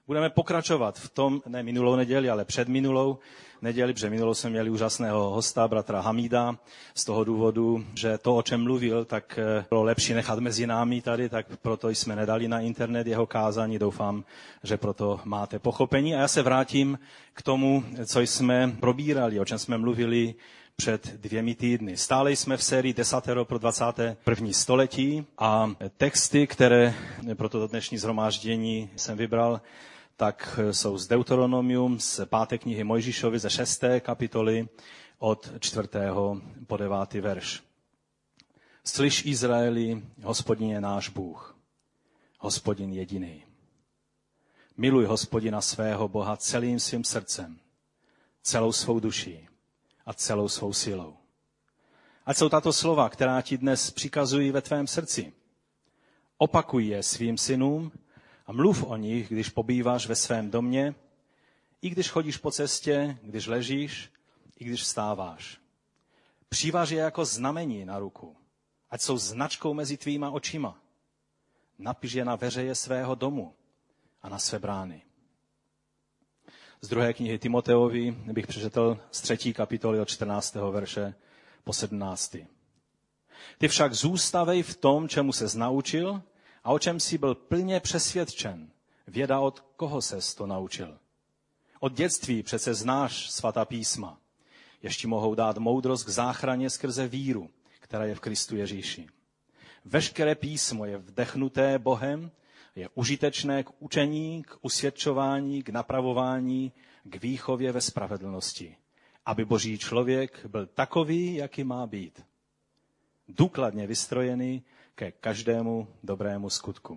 Budeme pokračovat v tom, ne minulou neděli, ale předminulou neděli, protože minulou jsme měli úžasného hosta, bratra Hamída, z toho důvodu, že to, o čem mluvil, tak bylo lepší nechat mezi námi tady, tak proto jsme nedali na internet jeho kázání. Doufám, že proto máte pochopení. A já se vrátím k tomu, co jsme probírali, o čem jsme mluvili před 2 týdny. Stále jsme v sérii 10 pro 21. století a texty, které pro toto dnešní shromáždění jsem vybral, tak jsou z Deuteronomium, z 5. knihy Mojžíšovi, ze 6. kapitoly od 4. po 9. verš. Slyš, Izraeli, Hospodin je náš Bůh, Hospodin jediný. Miluj Hospodina svého Boha celým svým srdcem, celou svou duší a celou svou silou. Ať jsou tato slova, která ti dnes přikazují ve tvém srdci. Opakuj je svým synům a mluv o nich, když pobýváš ve svém domě, i když chodíš po cestě, když ležíš, i když vstáváš. Přivaž je jako znamení na ruku, ať jsou značkou mezi tvýma očima. Napiš je na veřeje svého domu a na své brány. Z 2. knihy Timoteovi bych přečetl z 3. kapitoly od 14. verše po 17. Ty však zůstavej v tom, čemu ses naučil a o čem jsi byl plně přesvědčen. Věda, od koho ses to naučil. Od dětství přece znáš svatá písma. Ještě mohou dát moudrost k záchraně skrze víru, která je v Kristu Ježíši. Veškeré písmo je vdechnuté Bohem, je užitečné k učení, k usvědčování, k napravování, k výchově ve spravedlnosti, aby boží člověk byl takový, jaký má být. Důkladně vystrojený ke každému dobrému skutku.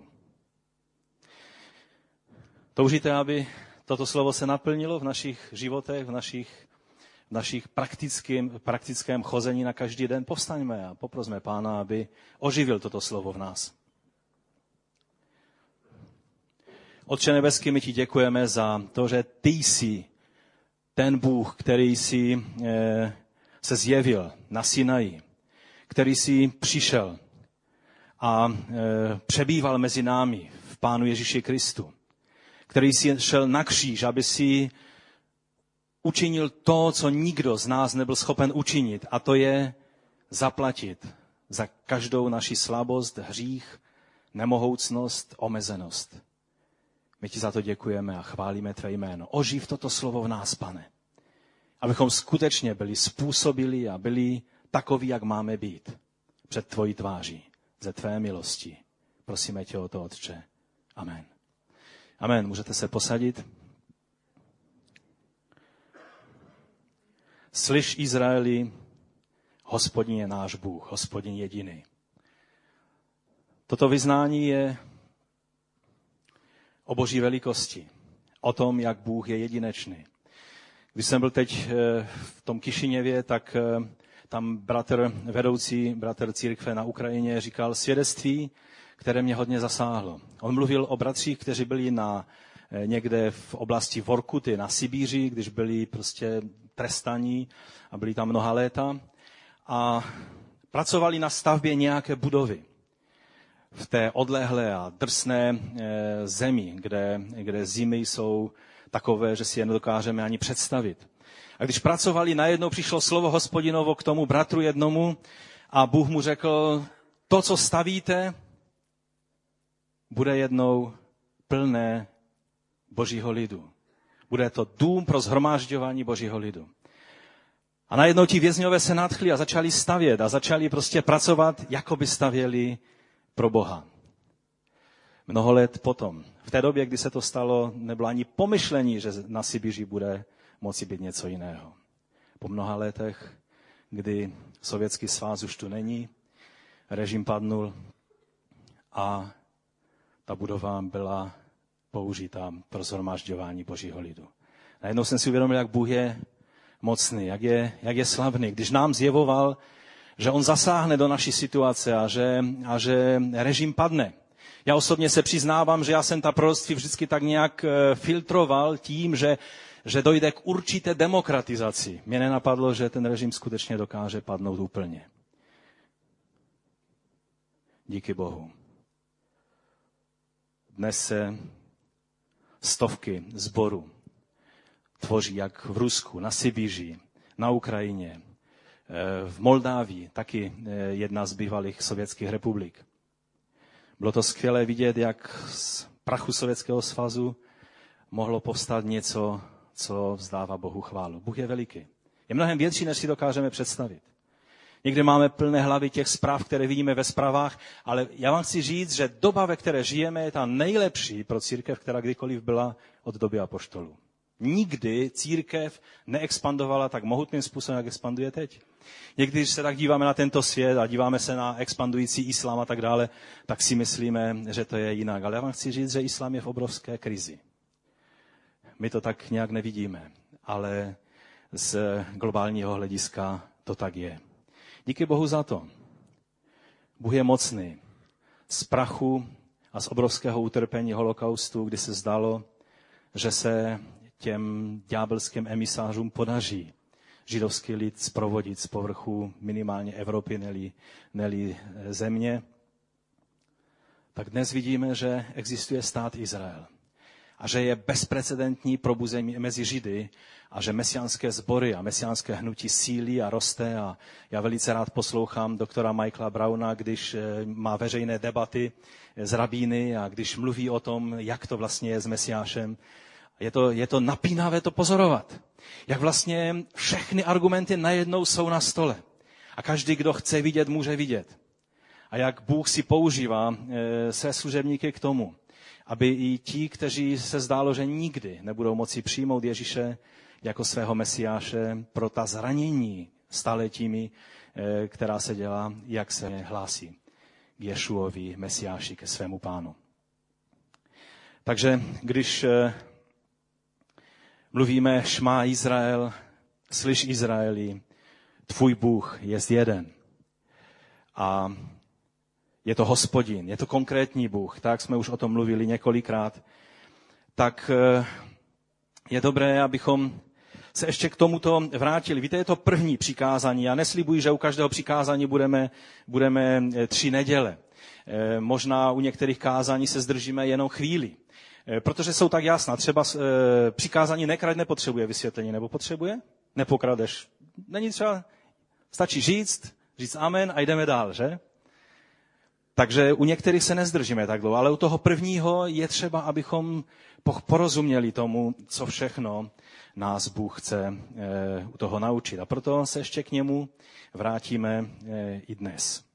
Toužíte, aby toto slovo se naplnilo v našich životech, v našich praktickém chození na každý den? Povstaňme a poprosme Pána, aby oživil toto slovo v nás. Otče nebeský, my ti děkujeme za to, že ty jsi ten Bůh, který jsi se zjevil na Sinaji, který jsi přišel a přebýval mezi námi v Pánu Ježíši Kristu, který jsi šel na kříž, aby si učinil to, co nikdo z nás nebyl schopen učinit, a to je zaplatit za každou naši slabost, hřích, nemohoucnost, omezenost. My ti za to děkujeme a chválíme tvé jméno. Oživ toto slovo v nás, Pane, abychom skutečně byli způsobili a byli takoví, jak máme být před tvojí tváří, ze tvé milosti. Prosíme tě o to, Otče. Amen. Amen. Můžete se posadit. Slyš, Izraeli, Hospodin je náš Bůh, Hospodin jediný. Toto vyznání je o boží velikosti, o tom, jak Bůh je jedinečný. Když jsem byl teď v tom Kišiněvě, tak tam vedoucí bratr církve na Ukrajině říkal svědectví, které mě hodně zasáhlo. On mluvil o bratřích, kteří byli někde v oblasti Vorkuty na Sibíři, když byli prostě trestaní a byli tam mnoha léta a pracovali na stavbě nějaké budovy v té odlehlé a drsné zemi, kde zimy jsou takové, že si je nedokážeme ani představit. A když pracovali, najednou přišlo slovo Hospodinovo k tomu bratru jednomu a Bůh mu řekl, to, co stavíte, bude jednou plné božího lidu. Bude to dům pro shromážďování božího lidu. A najednou ti vězňové se nadchli a začali stavět a začali prostě pracovat, jako by stavěli pro Boha. Mnoho let potom, v té době, kdy se to stalo, nebylo ani pomyšlení, že na Sibiři bude moci být něco jiného. Po mnoha letech, kdy Sovětský svaz už tu není, režim padnul a ta budova byla použita pro shromažďování božího lidu. Najednou jsem si uvědomil, jak Bůh je mocný, jak je slavný. Když nám zjevoval, že on zasáhne do naší situace a že režim padne. Já osobně se přiznávám, že já jsem ta proroctví vždycky tak nějak filtroval tím, že dojde k určité demokratizaci. Mě nenapadlo, že ten režim skutečně dokáže padnout úplně. Díky Bohu. Dnes se stovky sborů tvoří, jak v Rusku, na Sibiři, na Ukrajině, v Moldávii, taky jedna z bývalých sovětských republik. Bylo to skvělé vidět, jak z prachu Sovětského svazu mohlo povstat něco, co vzdává Bohu chválu. Bůh je veliký. Je mnohem větší, než si dokážeme představit. Někdy máme plné hlavy těch zpráv, které vidíme ve zprávách, ale já vám chci říct, že doba, ve které žijeme, je ta nejlepší pro církev, která kdykoliv byla od doby apoštolů. Nikdy církev neexpandovala tak mohutným způsobem, jak expanduje teď. Někdy, když se tak díváme na tento svět a díváme se na expandující islám a tak dále, tak si myslíme, že to je jinak. Ale já vám chci říct, že islám je v obrovské krizi. My to tak nějak nevidíme, ale z globálního hlediska to tak je. Díky Bohu za to. Bůh je mocný. Z prachu a z obrovského utrpení holokaustu, kdy se zdalo, že se těm ďábelským emisářům podaří židovský lid zprovodit z povrchu minimálně Evropy, neli země, tak dnes vidíme, že existuje stát Izrael. A že je bezprecedentní probuzení mezi Židy a že mesiánské sbory a mesiánské hnutí sílí a roste. A já velice rád poslouchám doktora Michaela Browna, když má veřejné debaty s rabíny a když mluví o tom, jak to vlastně je s Mesiášem. Je to napínavé to pozorovat. Jak vlastně všechny argumenty najednou jsou na stole. A každý, kdo chce vidět, může vidět. A jak Bůh si používá své služebníky k tomu, aby i ti, kteří se zdálo, že nikdy nebudou moci přijmout Ježíše jako svého Mesiáše pro ta zranění staletími, která se dělá, jak se hlásí k Ješuovi, Mesiáši, ke svému pánu. Takže když mluvíme Šmá Izrael, slyš Izraeli, tvůj Bůh jest jeden. A je to Hospodin, je to konkrétní Bůh, tak jsme už o tom mluvili několikrát. Tak je dobré, abychom se ještě k tomuto vrátili. Víte, je to první přikázání. Já neslibuji, že u každého přikázání budeme 3 neděle. Možná u některých kázání se zdržíme jenom chvíli. Protože jsou tak jasná. Třeba přikázání nekraď nepotřebuje vysvětlení, nebo potřebuje? Nepokradeš. Není třeba, stačí říct amen a jdeme dál, že? Takže u některých se nezdržíme tak dlouho, ale u toho prvního je třeba, abychom porozuměli tomu, co všechno nás Bůh chce u toho naučit. A proto se ještě k němu vrátíme i dnes.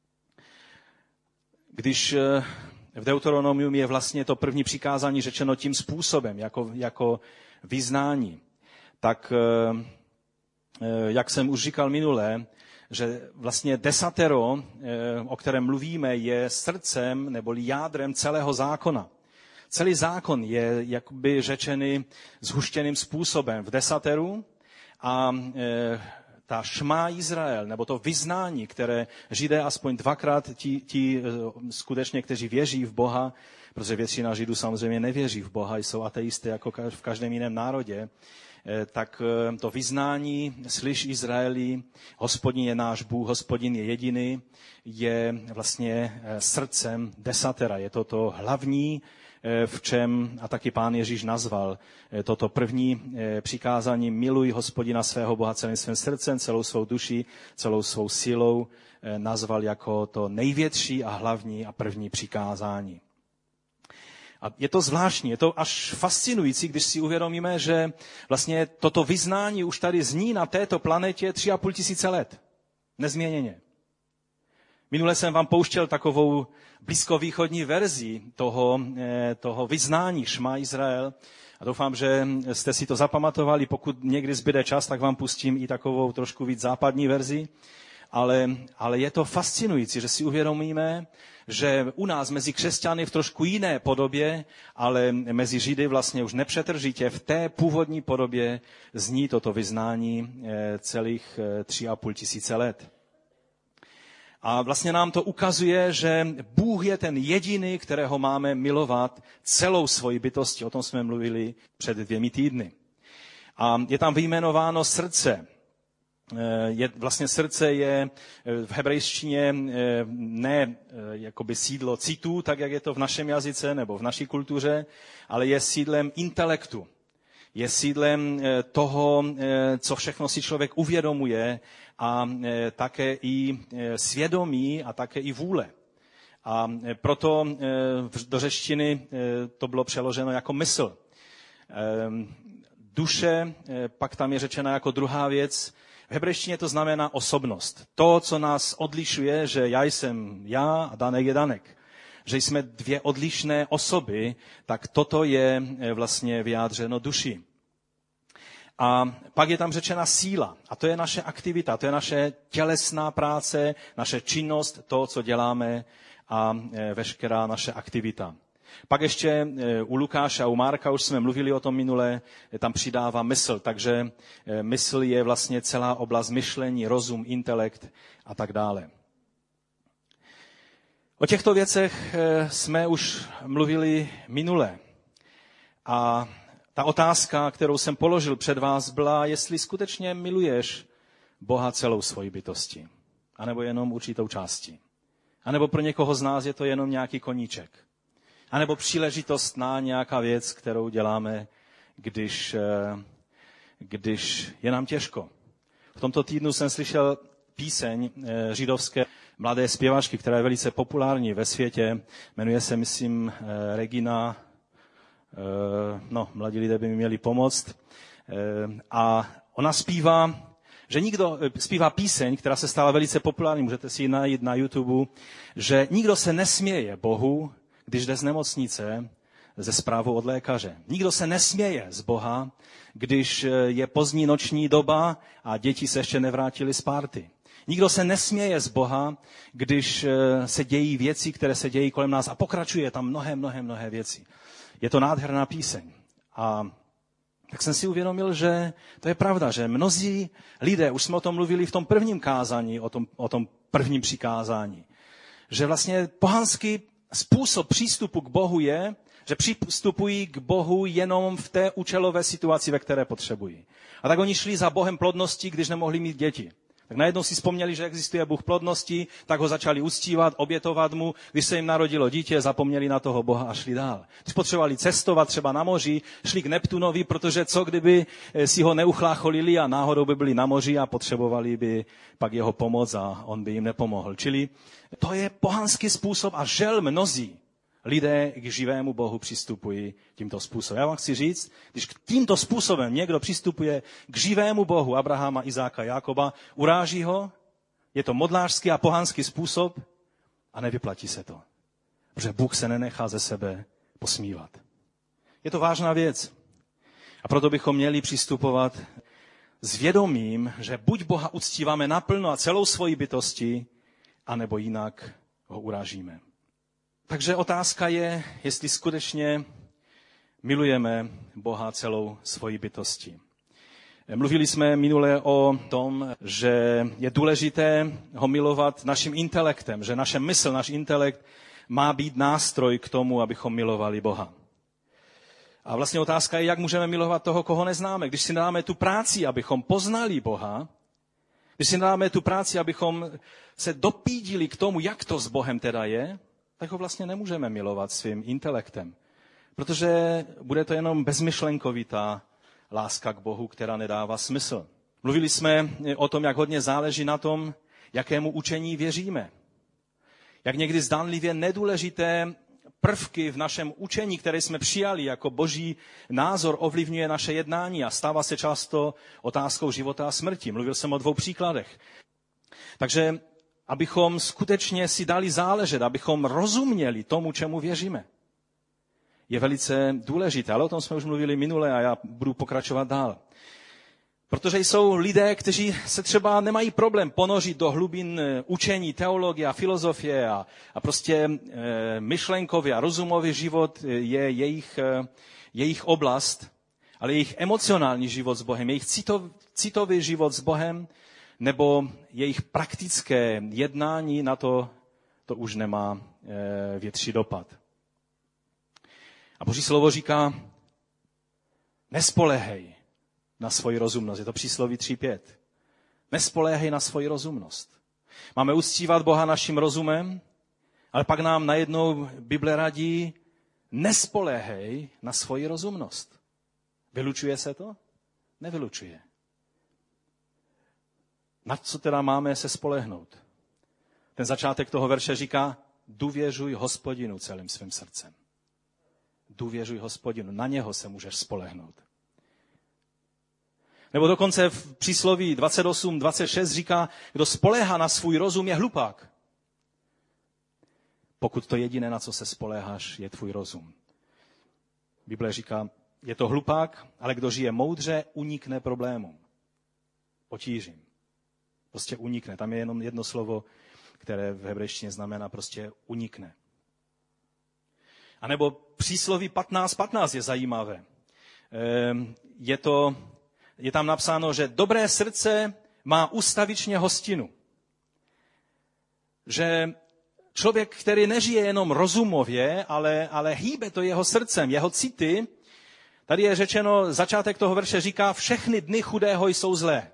Když v Deuteronomium je vlastně to první přikázání řečeno tím způsobem, jako vyznání, tak jak jsem už říkal minule, že vlastně desatero, o kterém mluvíme, je srdcem neboli jádrem celého zákona. Celý zákon je jakoby řečený zhuštěným způsobem v desateru a ta Šmá Izrael, nebo to vyznání, které Židé aspoň 2krát, ti skutečně, kteří věří v Boha, protože většina Židů samozřejmě nevěří v Boha, jsou ateisté jako v každém jiném národě, tak to vyznání, slyš Izraeli, Hospodin je náš Bůh, Hospodin je jediný, je vlastně srdcem desatera. Je to hlavní, v čem, a taky Pán Ježíš nazval toto první přikázání, miluj Hospodina svého Boha celým svým srdcem, celou svou duší, celou svou silou, nazval jako to největší a hlavní a první přikázání. A je to zvláštní, je to až fascinující, když si uvědomíme, že vlastně toto vyznání už tady zní na této planetě 3,5 tisíce let. Nezměněně. Minule jsem vám pouštěl takovou blízkovýchodní verzi toho vyznání Šmá Izrael a doufám, že jste si to zapamatovali. Pokud někdy zbyde čas, tak vám pustím i takovou trošku víc západní verzi. Ale je to fascinující, že si uvědomíme, že u nás mezi křesťany v trošku jiné podobě, ale mezi Židy vlastně už nepřetržitě v té původní podobě zní toto vyznání celých 3,5 tisíce let. A vlastně nám to ukazuje, že Bůh je ten jediný, kterého máme milovat celou svoji bytostí. O tom jsme mluvili před 2 týdny. A je tam vyjmenováno srdce. vlastně srdce je v hebrejštině ne jakoby sídlo citů, tak jak je to v našem jazyce nebo v naší kultuře, ale je sídlem intelektu. Je sídlem toho, co všechno si člověk uvědomuje a také i svědomí a také i vůle. A proto do řečtiny to bylo přeloženo jako mysl. Duše, pak tam je řečena jako druhá věc. V hebrejštině to znamená osobnost. To, co nás odlišuje, že já jsem já a Danek je Danek. Že jsme dvě odlišné osoby, tak toto je vlastně vyjádřeno duši. A pak je tam řečena síla. A to je naše aktivita, to je naše tělesná práce, naše činnost, to, co děláme a veškerá naše aktivita. Pak ještě u Lukáše a u Marka, už jsme mluvili o tom minule, tam přidává mysl. Takže mysl je vlastně celá oblast myšlení, rozum, intelekt a tak dále. O těchto věcech jsme už mluvili minule. A ta otázka, kterou jsem položil před vás, byla, jestli skutečně miluješ Boha celou svojí bytostí, anebo jenom určitou částí. A nebo pro někoho z nás je to jenom nějaký koníček. A nebo příležitost na nějaká věc, kterou děláme, když je nám těžko. V tomto týdnu jsem slyšel píseň židovské mladé zpěvačky, která je velice populární ve světě. Jmenuje se, myslím, Regina. Mladí lidé by mi měli pomoct. A ona zpívá píseň, která se stala velice populární, můžete si ji najít na YouTube, že nikdo se nesměje Bohu, když jde z nemocnice ze zprávou od lékaře. Nikdo se nesměje z Boha, když je pozdní noční doba a děti se ještě nevrátily z párty. Nikdo se nesměje z Boha, když se dějí věci, které se dějí kolem nás a pokračuje tam mnohé věci. Je to nádherná píseň. A tak jsem si uvědomil, že to je pravda, že mnozí lidé, už jsme o tom mluvili v tom prvním kázání, o tom prvním přikázání, že vlastně pohanský způsob přístupu k Bohu je, že přistupují k Bohu jenom v té účelové situaci, ve které potřebují. A tak oni šli za Bohem plodnosti, když nemohli mít děti. Tak najednou si vzpomněli, že existuje Bůh plodnosti, tak ho začali uctívat, obětovat mu. Když se jim narodilo dítě, zapomněli na toho Boha a šli dál. Když potřebovali cestovat třeba na moři, šli k Neptunovi, protože co kdyby si ho neuchlácholili a náhodou by byli na moři a potřebovali by pak jeho pomoc a on by jim nepomohl. Čili to je pohanský způsob a žel mnozí lidé k živému Bohu přistupují tímto způsobem. Já vám chci říct, když tímto způsobem někdo přistupuje k živému Bohu Abrahama, Izáka, Jákoba, uráží ho, je to modlářský a pohanský způsob a nevyplatí se to. Protože Bůh se nenechá ze sebe posmívat. Je to vážná věc. A proto bychom měli přistupovat s vědomím, že buď Boha uctíváme naplno a celou svoji bytosti, anebo jinak ho urážíme. Takže otázka je, jestli skutečně milujeme Boha celou svojí bytostí. Mluvili jsme minule o tom, že je důležité ho milovat naším intelektem, že naše mysl, náš intelekt má být nástroj k tomu, abychom milovali Boha. A vlastně otázka je, jak můžeme milovat toho, koho neznáme. Když si dáme tu práci, abychom poznali Boha, když si dáme tu práci, abychom se dopídili k tomu, jak to s Bohem teda je, tak ho vlastně nemůžeme milovat svým intelektem. Protože bude to jenom bezmyšlenkovitá láska k Bohu, která nedává smysl. Mluvili jsme o tom, jak hodně záleží na tom, jakému učení věříme. Jak někdy zdánlivě nedůležité prvky v našem učení, které jsme přijali jako boží názor, ovlivňuje naše jednání a stává se často otázkou života a smrti. Mluvil jsem o 2 příkladech. Takže abychom skutečně si dali záležet, abychom rozuměli tomu, čemu věříme, je velice důležité. Ale o tom jsme už mluvili minule a já budu pokračovat dál. Protože jsou lidé, kteří se třeba nemají problém ponořit do hlubin učení, teologie a filozofie a prostě myšlenkově a rozumový život je jejich oblast, ale jejich emocionální život s Bohem, jejich citový život s Bohem, nebo jejich praktické jednání na to už nemá větší dopad. A Boží slovo říká, nespolehej na svoji rozumnost. Je to přísloví 3:5. Nespoléhej na svoji rozumnost. Máme uctívat Boha naším rozumem, ale pak nám najednou Bible radí, nespoléhej na svoji rozumnost. Vylučuje se to? Nevylučuje. Na co teda máme se spolehnout? Ten začátek toho verše říká, důvěřuj Hospodinu celým svým srdcem. Důvěřuj Hospodinu, na něho se můžeš spolehnout. Nebo dokonce v přísloví 28:26 říká, kdo spoléhá na svůj rozum, je hlupák. Pokud to jediné, na co se spoléháš, je tvůj rozum. Bible říká, je to hlupák, ale kdo žije moudře, unikne problémům. Potížím. Prostě unikne. Tam je jenom jedno slovo, které v hebrejštině znamená prostě unikne. A nebo přísloví 15:15 je zajímavé. Je tam napsáno, že dobré srdce má ustavičně hostinu. Že člověk, který nežije jenom rozumově, ale hýbe to jeho srdcem, jeho city, tady je řečeno, začátek toho verše říká, všechny dny chudého jsou zlé.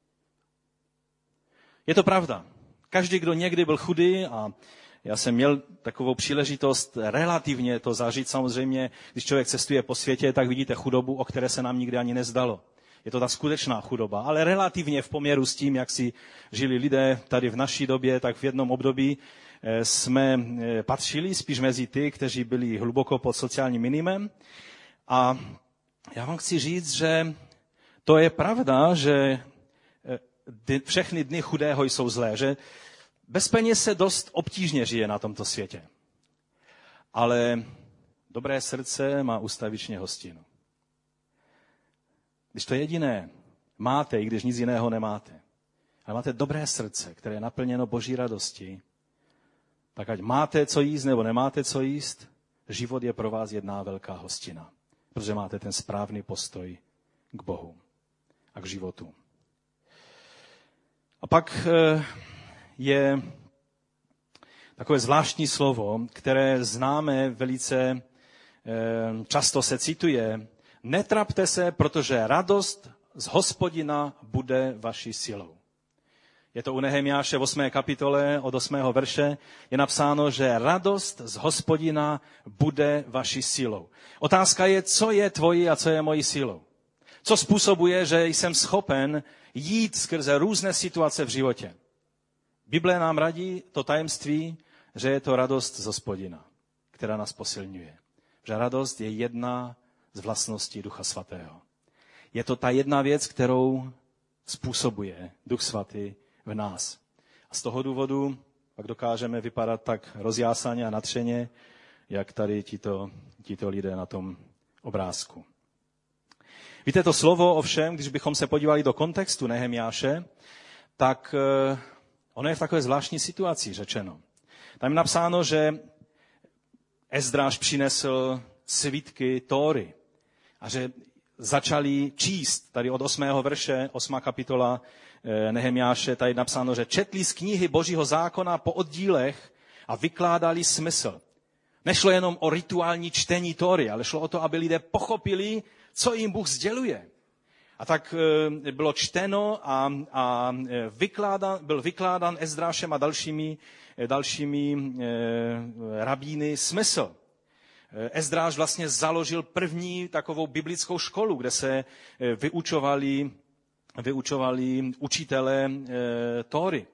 Je to pravda. Každý, kdo někdy byl chudý, a já jsem měl takovou příležitost relativně to zažít, samozřejmě, když člověk cestuje po světě, tak vidíte chudobu, o které se nám nikdy ani nezdalo. Je to ta skutečná chudoba, ale relativně v poměru s tím, jak si žili lidé tady v naší době, tak v jednom období jsme patřili spíš mezi ty, kteří byli hluboko pod sociálním minimem. A já vám chci říct, že to je pravda, že všechny dny chudého jsou zlé, že bez peněz se dost obtížně žije na tomto světě. Ale dobré srdce má ustavičně hostinu. Když to jediné máte, i když nic jiného nemáte, ale máte dobré srdce, které je naplněno Boží radostí, tak ať máte co jíst nebo nemáte co jíst, život je pro vás jedna velká hostina, protože máte ten správný postoj k Bohu a k životu. A pak je takové zvláštní slovo, které známe velice, často se cituje, netrapte se, protože radost z Hospodina bude vaší silou. Je to u Nehemiáše v 8. kapitole od 8. verše. Je napsáno, že radost z Hospodina bude vaší silou. Otázka je, co je tvojí a co je mojí silou. Co způsobuje, že jsem schopen jít skrze různé situace v životě. Bible nám radí to tajemství, že je to radost z Hospodina, která nás posilňuje. Že radost je jedna z vlastností Ducha Svatého. Je to ta jedna věc, kterou způsobuje Duch Svatý v nás. A z toho důvodu pak dokážeme vypadat tak rozjásaně a natřeně, jak tady tito lidé na tom obrázku. Víte, to slovo ovšem, když bychom se podívali do kontextu Nehemiáše, tak ono je v takové zvláštní situaci řečeno. Tam je napsáno, že Ezdráš přinesl svitky Tóry a že začali číst, tady od 8. verše, 8. kapitola Nehemiáše, tady je napsáno, že četli z knihy Božího zákona po oddílech a vykládali smysl. Nešlo jenom o rituální čtení Tóry, ale šlo o to, aby lidé pochopili, co jim Bůh sděluje. A tak bylo čteno a byl vykládán Ezdrášem a dalšími rabíny smysl. Ezdráš vlastně založil první takovou biblickou školu, kde se vyučovali učitelé Tóry.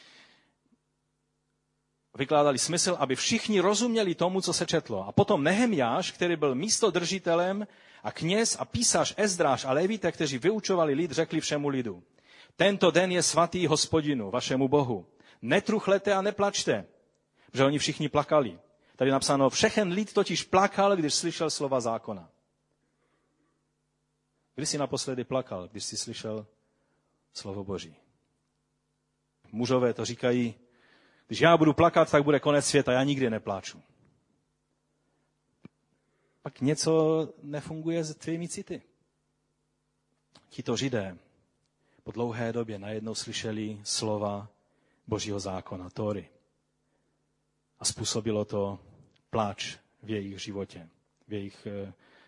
Vykládali smysl, aby všichni rozuměli tomu, co se četlo. A potom Nehemiáš, který byl místodržitelem, a kněz a písař Ezdráš a Levité, kteří vyučovali lid, řekli všemu lidu. Tento den je svatý Hospodinu, vašemu Bohu. Netruchlete a neplačte, protože oni všichni plakali. Tady je napsáno, všechen lid totiž plakal, když slyšel slova zákona. Kdy jsi naposledy plakal, když jsi slyšel slovo Boží? Mužové to říkají, když já budu plakat, tak bude konec světa, já nikdy nepláču. Pak něco nefunguje s tvými city. Tito Židé po dlouhé době najednou slyšeli slova Božího zákona, Tóry. A způsobilo to pláč v jejich životě,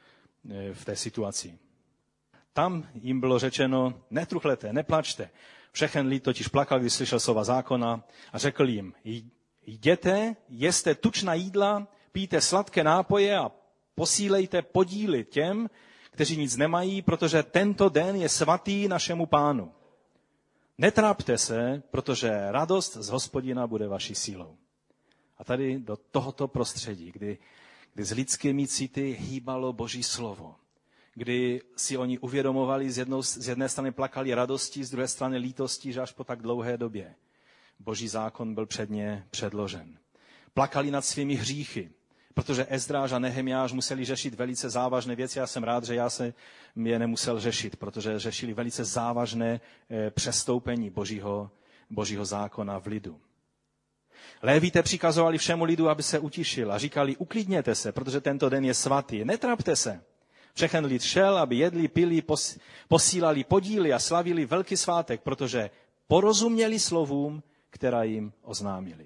v té situaci. Tam jim bylo řečeno, netruchlete, neplačte, Všechen lid totiž plakal, když slyšel slova zákona a řekl jim, jděte, jeste tučná jídla, pijte sladké nápoje a posílejte podíly těm, kteří nic nemají, protože tento den je svatý našemu Pánu. Netrápte se, protože radost z Hospodina bude vaší sílou. A tady do tohoto prostředí, kdy s lidskými city hýbalo Boží slovo, kdy si oni uvědomovali, z jedné strany plakali radostí, z druhé strany lítostí, že až po tak dlouhé době Boží zákon byl před ně předložen. Plakali nad svými hříchy, protože Ezdráž a Nehemiáš museli řešit velice závažné věci. Já jsem rád, že já jsem je nemusel řešit, protože řešili velice závažné přestoupení Božího zákona v lidu. Lévíte přikazovali všemu lidu, aby se utišil a říkali, uklidněte se, protože tento den je svatý, netrapte se. Všechen lid šel, aby jedli, pili, posílali podíly a slavili velký svátek, protože porozuměli slovům, která jim oznámili.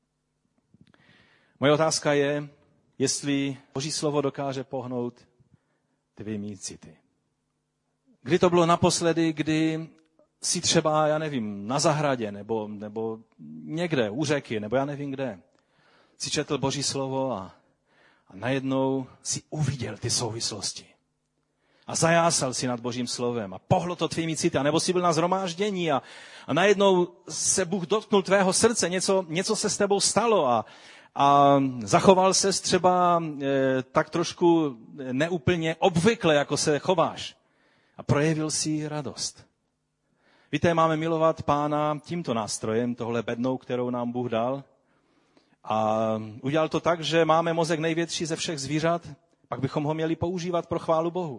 Moje otázka je, jestli Boží slovo dokáže pohnout tvými city. Kdy to bylo naposledy, kdy si třeba, já nevím, na zahradě nebo někde u řeky, nebo já nevím kde, si četl Boží slovo a najednou si uviděl ty souvislosti. A zajásal si nad Božím slovem a pohlo to tvými city. A nebo si byl na shromáždění a najednou se Bůh dotknul tvého srdce, něco se s tebou stalo a zachoval ses třeba tak trošku neúplně obvykle, jako se chováš. A projevil si radost. Víte, máme milovat Pána tímto nástrojem, tohle bednou, kterou nám Bůh dal. A udělal to tak, že máme mozek největší ze všech zvířat, pak bychom ho měli používat pro chválu Bohu.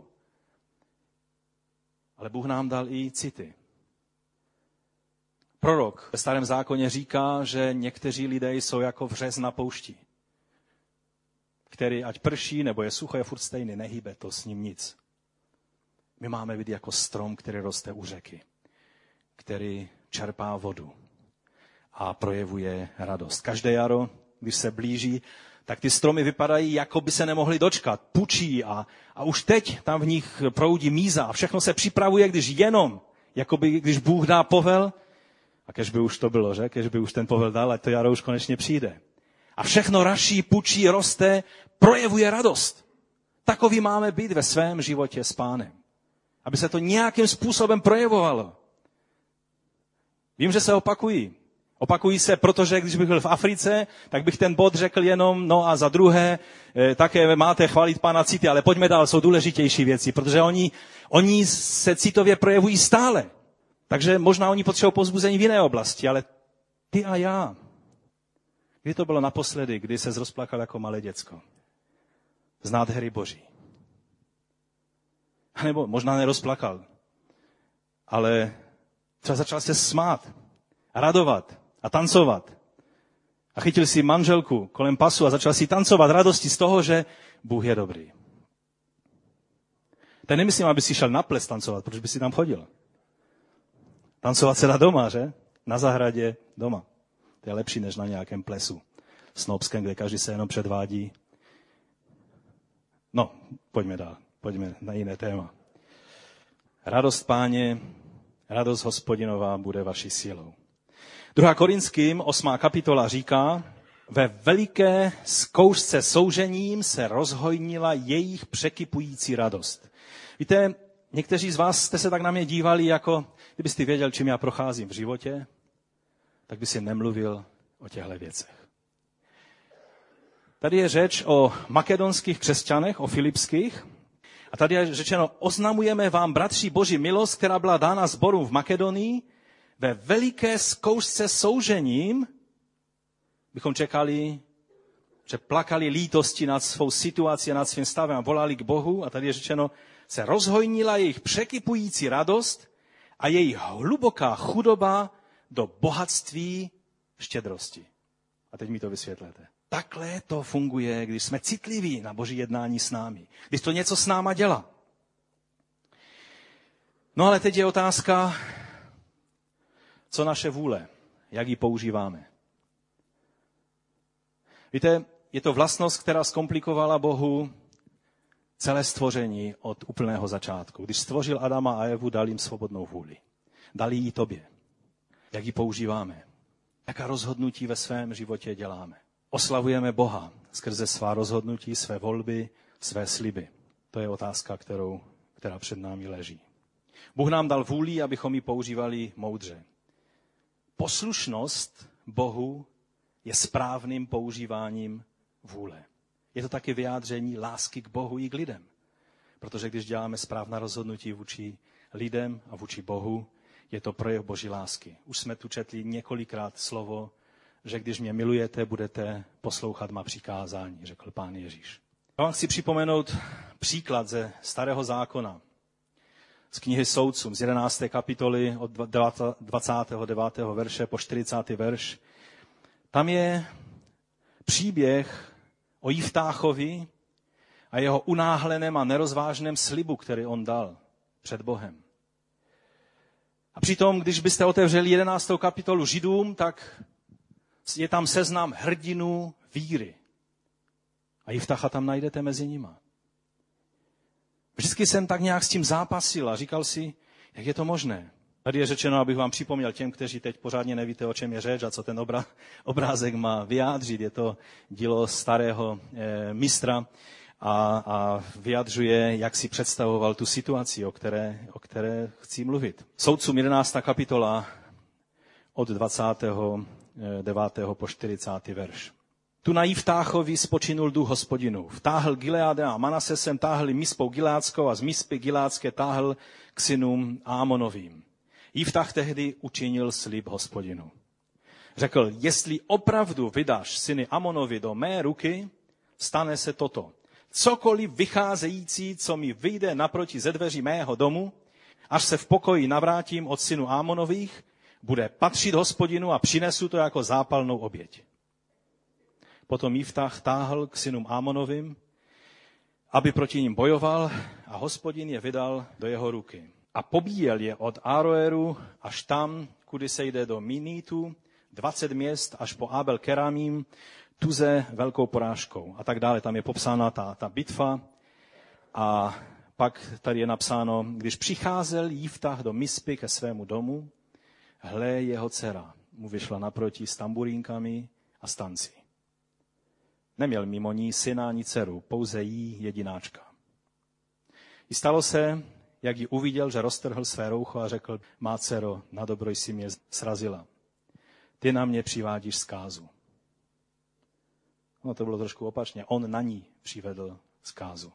Ale Bůh nám dal i city. Prorok ve Starém zákoně říká, že někteří lidé jsou jako vřez na poušti, který ať prší, nebo je sucho, je furt stejný, nehýbe to s ním nic. My máme být jako strom, který roste u řeky, který čerpá vodu a projevuje radost. Každé jaro, když se blíží, tak ty stromy vypadají, jako by se nemohly dočkat, pučí a už teď tam v nich proudí míza a všechno se připravuje, když Bůh dá povel, a kež by už to bylo, že? Kež by už ten povel dal, ať to jaro už konečně přijde. A všechno raší, pučí, roste, projevuje radost. Takový máme být ve svém životě s Pánem. Aby se to nějakým způsobem projevovalo. Vím, že se opakují. Opakují se, protože když bych byl v Africe, tak bych ten bod řekl jenom, no a za druhé, také máte chválit Pána city, ale pojďme dál, jsou důležitější věci, protože oni se citově projevují stále. Takže možná oni potřebují povzbuzení v jiné oblasti, ale ty a já. Kdy to bylo naposledy, kdy se rozplakal jako malé děcko? Z nádhery Boží. A nebo možná nerozplakal, ale třeba začal se smát, radovat a tancovat. A chytil si manželku kolem pasu a začal si tancovat radosti z toho, že Bůh je dobrý. Teď nemyslím, aby si šel na ples tancovat, protože by si tam chodil. Tancovat se dá doma, že? Na zahradě, doma. To je lepší, než na nějakém plesu snobském, kde každý se jenom předvádí. No, pojďme dál. Pojďme na jiné téma. Radost Páně, radost Hospodinová bude vaší sílou. 2. Korinským 8. kapitola říká, ve veliké zkoušce soužením se rozhojnila jejich překypující radost. Víte, někteří z vás jste se tak na mě dívali, jako kdybyste věděl, čím já procházím v životě, tak by si nemluvil o těchto věcech. Tady je řeč o makedonských křesťanech, o filipských. A tady je řečeno, oznamujeme vám, bratři, Boží milost, která byla dána sborům v Makedonii, ve veliké zkoušce soužením, bychom čekali, že plakali lítosti nad svou situací a nad svým stavem a volali k Bohu. A tady je řečeno, se rozhojnila jejich překypující radost a jejich hluboká chudoba do bohatství štědrosti. A teď mi to vysvětlete. Takhle to funguje, když jsme citliví na Boží jednání s námi. Když to něco s náma dělá. No ale teď je otázka, co naše vůle, jak ji používáme. Víte, je to vlastnost, která zkomplikovala Bohu celé stvoření od úplného začátku. Když stvořil Adama a Evu, dal jim svobodnou vůli. Dal ji tobě. jak ji používáme. Jaká rozhodnutí ve svém životě děláme. Oslavujeme Boha skrze svá rozhodnutí, své volby, své sliby. To je otázka, která před námi leží. Bůh nám dal vůli, abychom ji používali moudře. Poslušnost Bohu je správným používáním vůle. Je to taky vyjádření lásky k Bohu i k lidem. Protože když děláme správná rozhodnutí vůči lidem a vůči Bohu, je to projev Boží lásky. Už jsme tu četli několikrát slovo, že když mě milujete, budete poslouchat má přikázání, řekl Pán Ježíš. Já vám chci připomenout příklad ze Starého zákona. Z knihy Soudcům, z 11. kapitoly od 29. verše po 40. verš. Tam je příběh o Jiftáchovi a jeho unáhleném a nerozvážném slibu, který on dal před Bohem. A přitom, když byste otevřeli 11. kapitolu Židům, tak je tam seznam hrdinů víry. A Jiftácha tam najdete mezi nima. Vždycky jsem tak nějak s tím zápasil a říkal si, jak je to možné. Tady je řečeno, abych vám připomněl těm, kteří teď pořádně nevíte, o čem je řeč a co ten obrázek má vyjádřit. Je to dílo starého mistra a vyjadřuje, jak si představoval tu situaci, o které chci mluvit. Soudcům 11. kapitola od 29. po 40. verš. Tu na Jiftáchovi spočinul duch Hospodinův. Vtáhl Gileáda a Manasesem táhli Mispou Gileádskou a z Mispy Gileádské táhl k synům Ámonovým. Jiftách tehdy učinil slib Hospodinu. Řekl, jestli opravdu vydáš syny Amonovi do mé ruky, stane se toto. Cokoliv vycházející, co mi vyjde naproti ze dveří mého domu, až se v pokoji navrátím od synů Ámonových, bude patřit Hospodinu a přinesu to jako zápalnou oběť. Potom Jiftách táhl k synům Ámonovým, aby proti ním bojoval a Hospodin je vydal do jeho ruky. A pobíjel je od Aroeru až tam, kudy se jde do Minítu, 20 měst až po Abel Keramím, tuze velkou porážkou a tak dále. Tam je popsána ta bitva a pak tady je napsáno, když přicházel Jiftách do Mispy ke svému domu, hle, jeho dcera mu vyšla naproti s tamburínkami a stanci. Neměl mimo ní syna ani dceru, pouze jí jedináčka. I stalo se, jak ji uviděl, že roztrhl své roucho a řekl, má dcero, na dobro jsi mě srazila. Ty na mě přivádíš zkázu. No to bylo trošku opačně. On na ní přivedl zkázu.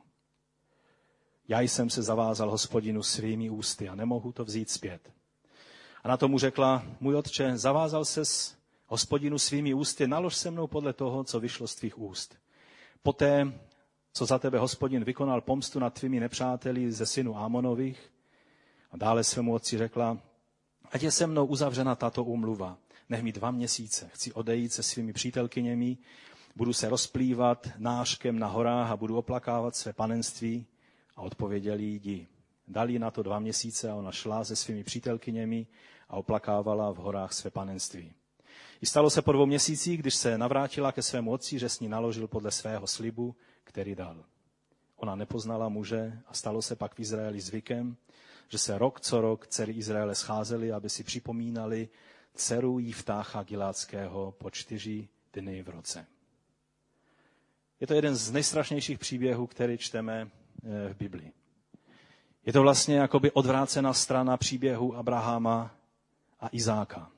Já jsem se zavázal Hospodinu svými ústy a nemohu to vzít zpět. A na to mu řekla, můj otče, zavázal ses Hospodinu svými ústy, nalož se mnou podle toho, co vyšlo z tvých úst. Poté, co za tebe Hospodin vykonal pomstu nad tvými nepřáteli ze synů Ámonových, a dále svému otci řekla, ať je se mnou uzavřena tato úmluva. Nech mi 2 měsíce, chci odejít se svými přítelkyněmi, budu se rozplývat náškem na horách a budu oplakávat své panenství. A odpověděl jí, jdi. Dali na to 2 měsíce a ona šla se svými přítelkyněmi a oplakávala v horách své panenství. I stalo se po 2 měsících, když se navrátila ke svému otci, že s ní naložil podle svého slibu, který dal. Ona nepoznala muže a stalo se pak v Izraeli zvykem, že se rok co rok dcery Izraele scházely, aby si připomínali dceru Jiftácha Gileádského po 4 dny v roce. Je to jeden z nejstrašnějších příběhů, který čteme v Biblii. Je to vlastně jakoby odvrácená strana příběhu Abrahama a Izáka.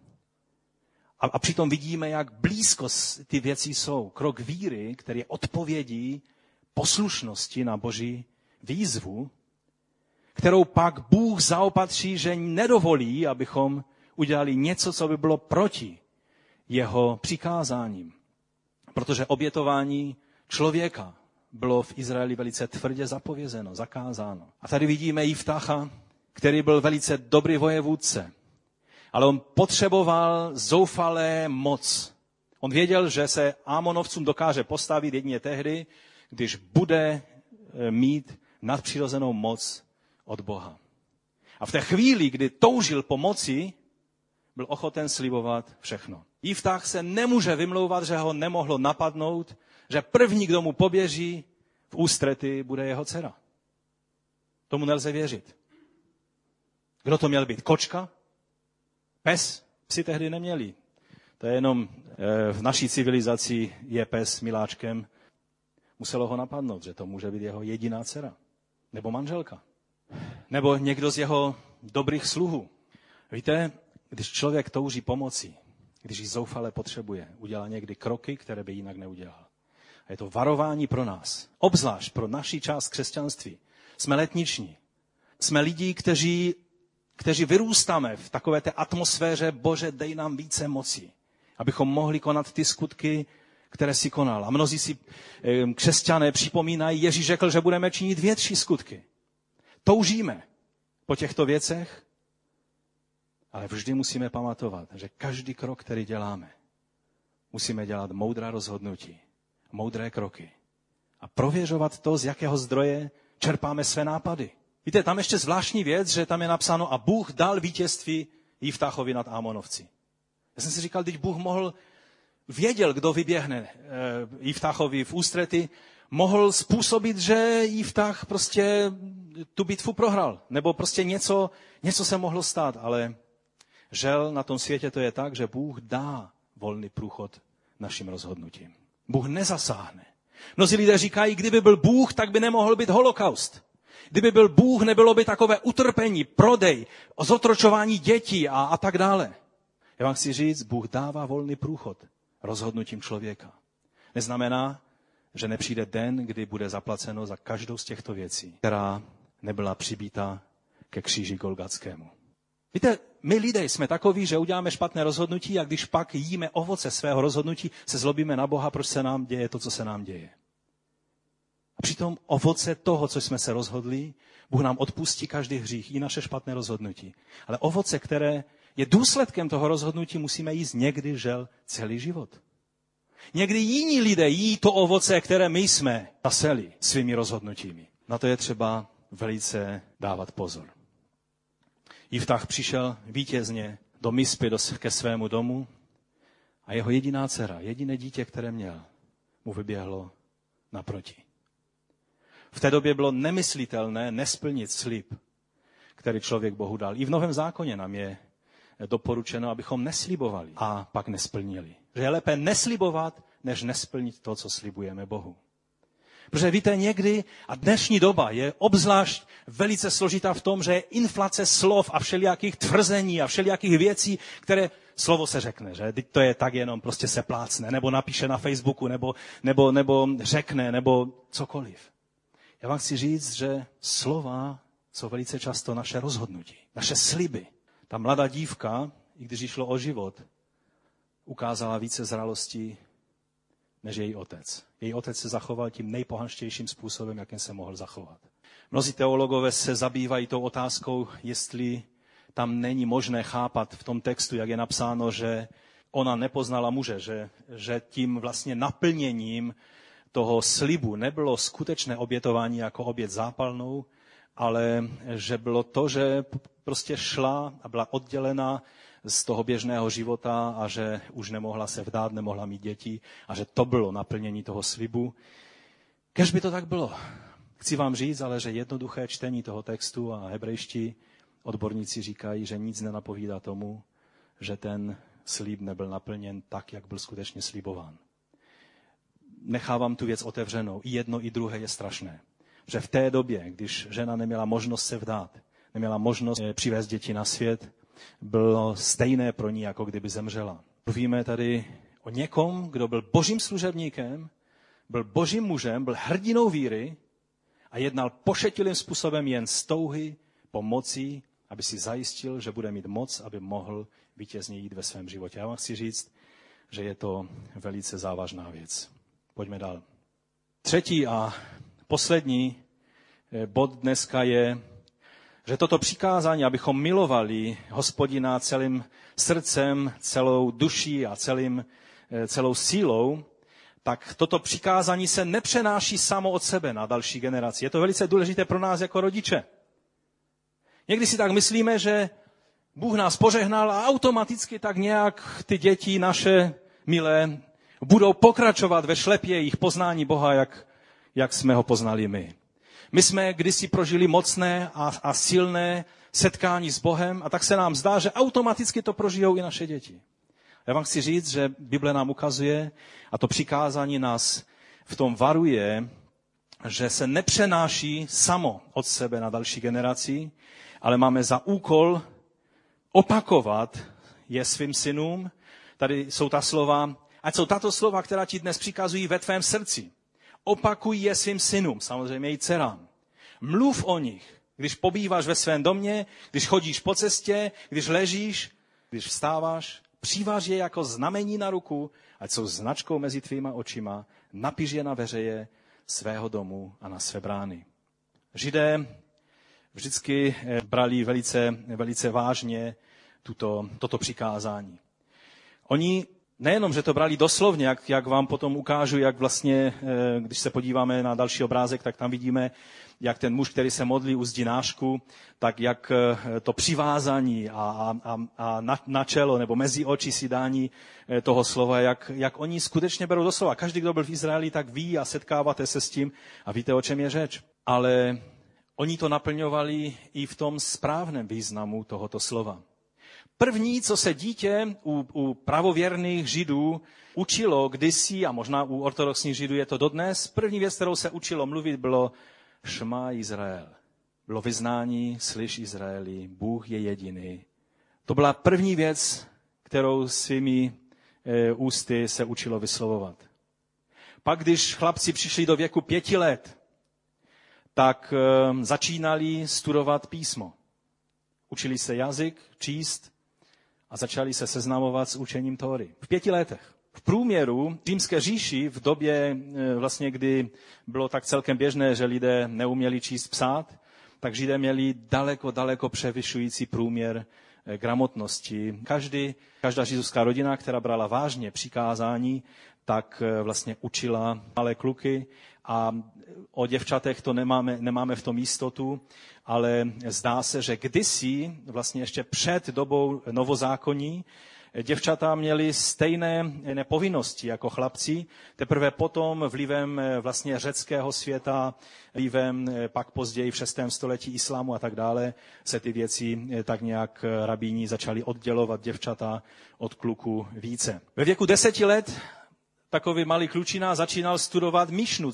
A přitom vidíme, jak blízko ty věci jsou. Krok víry, který je odpovědí poslušnosti na Boží výzvu, kterou pak Bůh zaopatří, že nedovolí, abychom udělali něco, co by bylo proti jeho přikázáním. Protože obětování člověka bylo v Izraeli velice tvrdě zapovězeno, zakázáno. A tady vidíme Jiftácha, který byl velice dobrý vojevůdce, ale on potřeboval zoufalé moc. On věděl, že se Ámonovcům dokáže postavit jedině tehdy, když bude mít nadpřirozenou moc od Boha. A v té chvíli, kdy toužil po moci, byl ochoten slibovat všechno. Jiftách se nemůže vymlouvat, že ho nemohlo napadnout, že první, kdo mu poběží v ústrety, bude jeho dcera. Tomu nelze věřit. Kdo to měl být? Kočka? Pes? Psi tehdy neměli. To je jenom v naší civilizaci je pes miláčkem. Muselo ho napadnout, že to může být jeho jediná dcera. Nebo manželka. Nebo někdo z jeho dobrých sluhů. Víte, když člověk touží pomoci, když ji zoufale potřebuje, udělá někdy kroky, které by jinak neudělal. A je to varování pro nás. Obzvlášť pro naši část křesťanství. Jsme letniční. Jsme lidi, kteří vyrůstáme v takové té atmosféře, Bože, dej nám více moci, abychom mohli konat ty skutky, které si konal. A mnozí si křesťané připomínají, Ježíš řekl, že budeme činit větší skutky. Toužíme po těchto věcech, ale vždy musíme pamatovat, že každý krok, který děláme, musíme dělat moudrá rozhodnutí, moudré kroky a prověřovat to, z jakého zdroje čerpáme své nápady. Víte, tam ještě zvláštní věc, že tam je napsáno a Bůh dal vítězství Jiftáchovi nad Amonovci. Já jsem si říkal, když Bůh věděl, kdo vyběhne Jiftáchovi v ústrety, mohl způsobit, že Jiftách prostě tu bitvu prohrál. Nebo prostě něco se mohlo stát, ale žel na tom světě to je tak, že Bůh dá volný průchod našim rozhodnutím. Bůh nezasáhne. Mnozí lidé říkají, kdyby byl Bůh, tak by nemohl být holokaust. Kdyby byl Bůh, nebylo by takové utrpení, prodej, zotročování dětí a tak dále. Já vám chci říct, Bůh dává volný průchod rozhodnutím člověka. Neznamená, že nepřijde den, kdy bude zaplaceno za každou z těchto věcí, která nebyla přibíta ke kříži Golgatskému. Víte, my lidé jsme takoví, že uděláme špatné rozhodnutí a když pak jíme ovoce svého rozhodnutí, se zlobíme na Boha, proč se nám děje to, co se nám děje. A přitom ovoce toho, co jsme se rozhodli, Bůh nám odpustí každý hřích, i naše špatné rozhodnutí. Ale ovoce, které je důsledkem toho rozhodnutí, musíme jíst někdy, žel, celý život. Někdy jiní lidé jí to ovoce, které my jsme zaseli svými rozhodnutími. Na to je třeba velice dávat pozor. Jiftách přišel vítězně do Mispy, ke svému domu a jeho jediná dcera, jediné dítě, které měl, mu vyběhlo naproti. V té době bylo nemyslitelné nesplnit slib, který člověk Bohu dal. I v Novém zákoně nám je doporučeno, abychom neslibovali a pak nesplnili. Že je lépe neslibovat, než nesplnit to, co slibujeme Bohu. Protože víte, někdy, a dnešní doba je obzvlášť velice složitá v tom, že je inflace slov a všelijakých tvrzení a všelijakých věcí, které slovo se řekne, že to je tak jenom prostě se plácne, nebo napíše na Facebooku, nebo řekne, nebo cokoliv. Já vám chci říct, že slova jsou velice často naše rozhodnutí, naše sliby. Ta mladá dívka, i když jí šlo o život, ukázala více zralosti než její otec. Její otec se zachoval tím nejpohanštějším způsobem, jakým se mohl zachovat. Mnozí teologové se zabývají tou otázkou, jestli tam není možné chápat v tom textu, jak je napsáno, že ona nepoznala muže, že tím vlastně naplněním toho slibu nebylo skutečné obětování jako oběť zápalnou, ale že bylo to, že prostě šla a byla oddělena z toho běžného života a že už nemohla se vdát, nemohla mít děti a že to bylo naplnění toho slibu. Kéž by to tak bylo. Chci vám říct, ale že jednoduché čtení toho textu a hebrejští odborníci říkají, že nic nenapovídá tomu, že ten slib nebyl naplněn tak, jak byl skutečně slibován. Nechávám tu věc otevřenou. I jedno, i druhé je strašné. Že v té době, když žena neměla možnost se vdát, neměla možnost přivést děti na svět, bylo stejné pro ní, jako kdyby zemřela. Mluvíme tady o někom, kdo byl božím služebníkem, byl božím mužem, byl hrdinou víry a jednal pošetilým způsobem jen z touhy po moci, aby si zajistil, že bude mít moc, aby mohl vítězně jít ve svém životě. Já vám chci říct, že je to velice závažná věc. Pojďme dál. Třetí a poslední bod dneska je, že toto přikázání, abychom milovali Hospodina celým srdcem, celou duší a celou sílou, tak toto přikázání se nepřenáší samo od sebe na další generaci. Je to velice důležité pro nás jako rodiče. Někdy si tak myslíme, že Bůh nás požehnal a automaticky tak nějak ty děti naše milé budou pokračovat ve šlepě jejich poznání Boha, jak jsme ho poznali my. My jsme kdysi prožili mocné a silné setkání s Bohem a tak se nám zdá, že automaticky to prožijou i naše děti. Já vám chci říct, že Bible nám ukazuje a to přikázání nás v tom varuje, že se nepřenáší samo od sebe na další generaci, ale máme za úkol opakovat je svým synům. Tady jsou ta slova, ať jsou tato slova, která ti dnes přikazují ve tvém srdci. Opakuj je svým synům, samozřejmě i dcerám. Mluv o nich, když pobýváš ve svém domě, když chodíš po cestě, když ležíš, když vstáváš. Přiváž je jako znamení na ruku, ať jsou značkou mezi tvýma očima, napiš je na veřeje svého domu a na své brány. Židé vždycky brali velice vážně toto přikázání. Oni nejenom, že to brali doslovně, jak vám potom ukážu, jak vlastně, když se podíváme na další obrázek, tak tam vidíme, jak ten muž, který se modlí u zdi nášku, tak jak to přivázání a na čelo nebo mezi oči si dání toho slova, jak oni skutečně berou doslova. Každý, kdo byl v Izraeli, tak ví a setkáváte se s tím a víte, o čem je řeč. Ale oni to naplňovali i v tom správném významu tohoto slova. První, co se dítě u pravověrných Židů učilo kdysi, a možná u ortodoxních Židů je to dodnes, první věc, kterou se učilo mluvit, bylo Šma Izrael. Bylo vyznání, slyš Izraeli, Bůh je jediný. To byla první věc, kterou svými ústy se učilo vyslovovat. Pak, když chlapci přišli do věku 5 let, tak začínali studovat písmo. Učili se jazyk, číst a začali se seznamovat s učením Tóry. V 5 letech. V průměru římské říši v době, vlastně, kdy bylo tak celkem běžné, že lidé neuměli číst, psát, tak Židé měli daleko převyšující průměr gramotnosti. Každá židovská rodina, která brala vážně přikázání, tak vlastně učila malé kluky a o děvčatech to nemáme v tom jistotu, ale zdá se, že kdysi, vlastně ještě před dobou novozákonní, děvčata měly stejné povinnosti jako chlapci, teprve potom vlivem vlastně řeckého světa, vlivem pak později v 6. století islámu a tak dále, se ty věci tak nějak rabíni začali oddělovat děvčata od kluků více. Ve věku 10 let takový malý klučina začínal studovat Mišnu,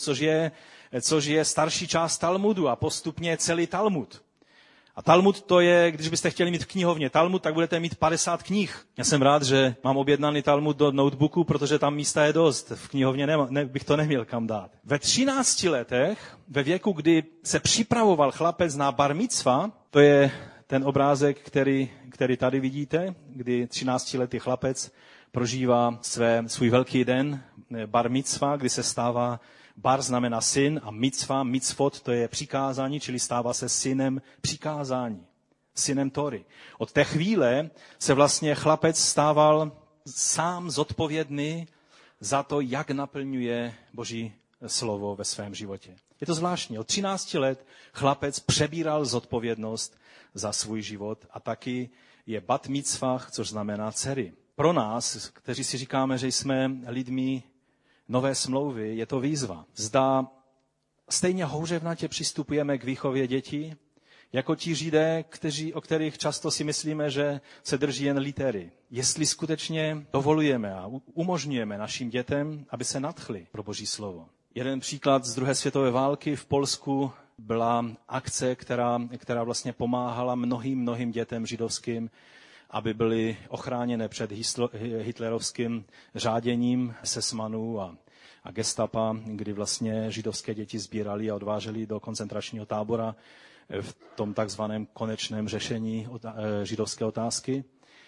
což je starší část Talmudu a postupně celý Talmud. A Talmud to je, když byste chtěli mít v knihovně Talmud, tak budete mít 50 knih. Já jsem rád, že mám objednaný Talmud do notebooku, protože tam místa je dost. V knihovně bych to neměl kam dát. Ve 13 letech, ve věku, kdy se připravoval chlapec na bar micva, to je ten obrázek, který tady vidíte, kdy 13letý chlapec prožívá svůj velký den, bar micva, kdy se stává, bar znamená syn a micva, micvot, to je přikázání, čili stává se synem přikázání, synem Tóry. Od té chvíle se vlastně chlapec stával sám zodpovědný za to, jak naplňuje Boží slovo ve svém životě. Je to zvláštní. Od 13 let chlapec přebíral zodpovědnost za svůj život a taky je bat micvah, což znamená dcery. Pro nás, kteří si říkáme, že jsme lidmi nové smlouvy, je to výzva. Zda stejně houževnatě přistupujeme k výchově dětí, jako ti Židé, o kterých často si myslíme, že se drží jen litery. Jestli skutečně dovolujeme a umožňujeme našim dětem, aby se nadchli pro Boží slovo. Jeden příklad z druhé světové války v Polsku byla akce, která vlastně pomáhala mnohým dětem židovským, aby byly ochráněné před hitlerovským řáděním sesmanů a gestapa, kdy vlastně židovské děti sbírali a odváželi do koncentračního tábora v tom takzvaném konečném řešení židovské otázky.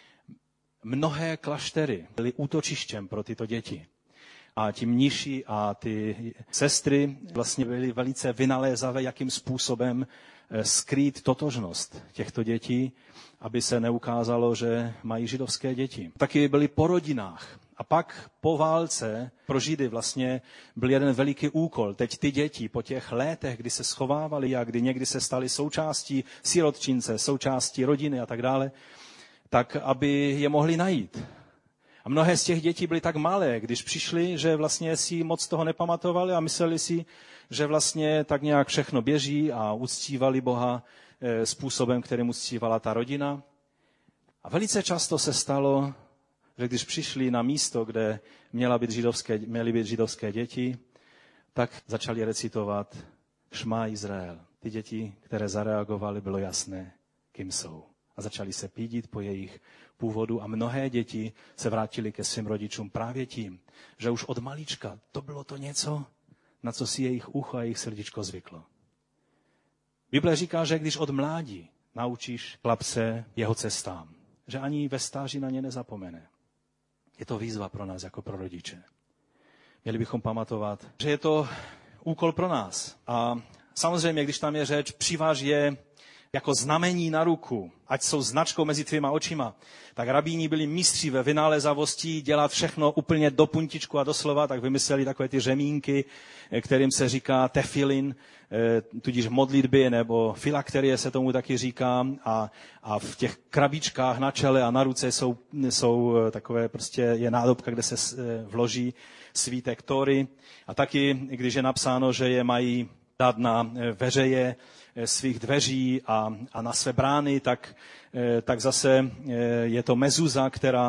Mnohé kláštery byly útočištěm pro tyto děti. A ti mniši a ty sestry vlastně byly velice vynalézavé, jakým způsobem skrýt totožnost těchto dětí, aby se neukázalo, že mají židovské děti. Taky byli po rodinách. A pak po válce pro Židy vlastně byl jeden veliký úkol. Teď ty děti po těch letech, kdy se schovávali a kdy někdy se stali součástí sirotčince, součástí rodiny a tak dále, tak aby je mohli najít. A mnohé z těch dětí byly tak malé, když přišli, že vlastně si moc toho nepamatovali a mysleli si, že vlastně tak nějak všechno běží a uctívali Boha způsobem, kterým uctívala ta rodina. A velice často se stalo, že když přišli na místo, kde měly být židovské děti, tak začali recitovat Šma Izrael. Ty děti, které zareagovaly, bylo jasné, kým jsou. A začali se pídit po jejich původu a mnohé děti se vrátily ke svým rodičům právě tím, že už od malička to bylo to něco, na co si jejich ucho a jejich srdíčko zvyklo. Bible říká, že když od mládí naučíš chlapce jeho cestám, že ani ve stáří na ně nezapomene. Je to výzva pro nás jako pro rodiče. Měli bychom pamatovat, že je to úkol pro nás. A samozřejmě, když tam je řeč, přiváž je jako znamení na ruku, ať jsou značkou mezi tvýma očima, tak rabíni byli mistři ve vynálézavosti dělat všechno úplně do puntičku a doslova, tak vymysleli takové ty řemínky, kterým se říká tefilin, tudíž modlitby, nebo filakterie se tomu taky říká, a v těch krabičkách na čele a na ruce jsou takové, prostě je nádobka, kde se vloží svítek Tóry, a taky, když je napsáno, že je mají dát na veřeje svých dveří a na své brány, tak zase je to mezuza,